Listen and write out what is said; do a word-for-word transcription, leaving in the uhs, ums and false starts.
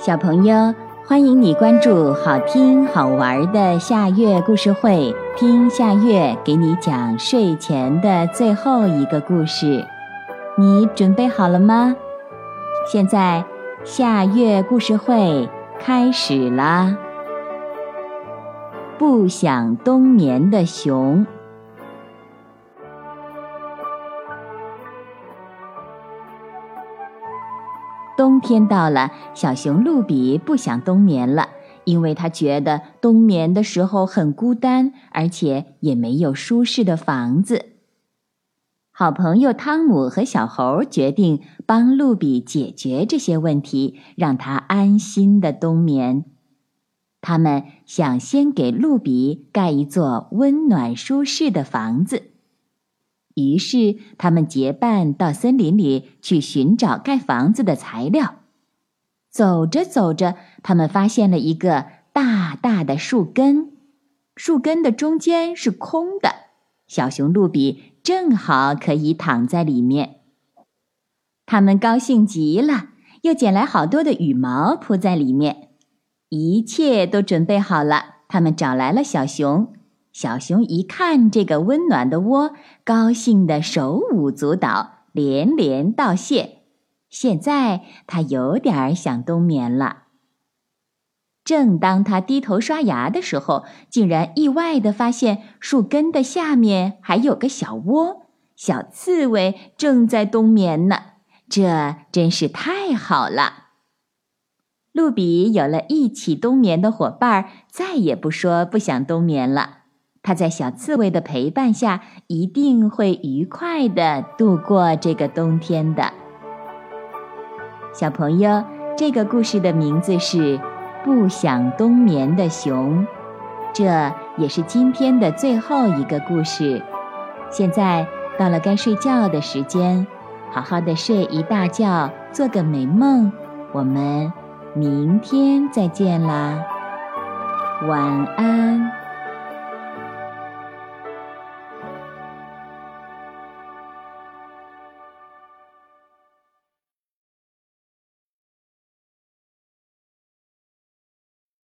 小朋友，欢迎你关注好听好玩的夏月故事会，听夏月给你讲睡前的最后一个故事。你准备好了吗？现在夏月故事会开始啦。不想冬眠的熊。冬天到了，小熊露比不想冬眠了，因为他觉得冬眠的时候很孤单，而且也没有舒适的房子。好朋友汤姆和小猴决定帮露比解决这些问题，让他安心的冬眠。他们想先给露比盖一座温暖舒适的房子。于是他们结伴到森林里去寻找盖房子的材料。走着走着，他们发现了一个大大的树根，树根的中间是空的，小熊露比正好可以躺在里面。他们高兴极了，又捡来好多的羽毛铺在里面。一切都准备好了，他们找来了小熊。小熊一看这个温暖的窝，高兴得手舞足蹈，连连道谢。现在他有点想冬眠了。正当他低头刷牙的时候，竟然意外地发现树根的下面还有个小窝，小刺猬正在冬眠呢，这真是太好了。露比有了一起冬眠的伙伴，再也不说不想冬眠了。他在小刺猬的陪伴下，一定会愉快地度过这个冬天的。小朋友，这个故事的名字是《不想冬眠的熊》，这也是今天的最后一个故事。现在到了该睡觉的时间，好好的睡一大觉，做个美梦。我们明天再见啦，晚安。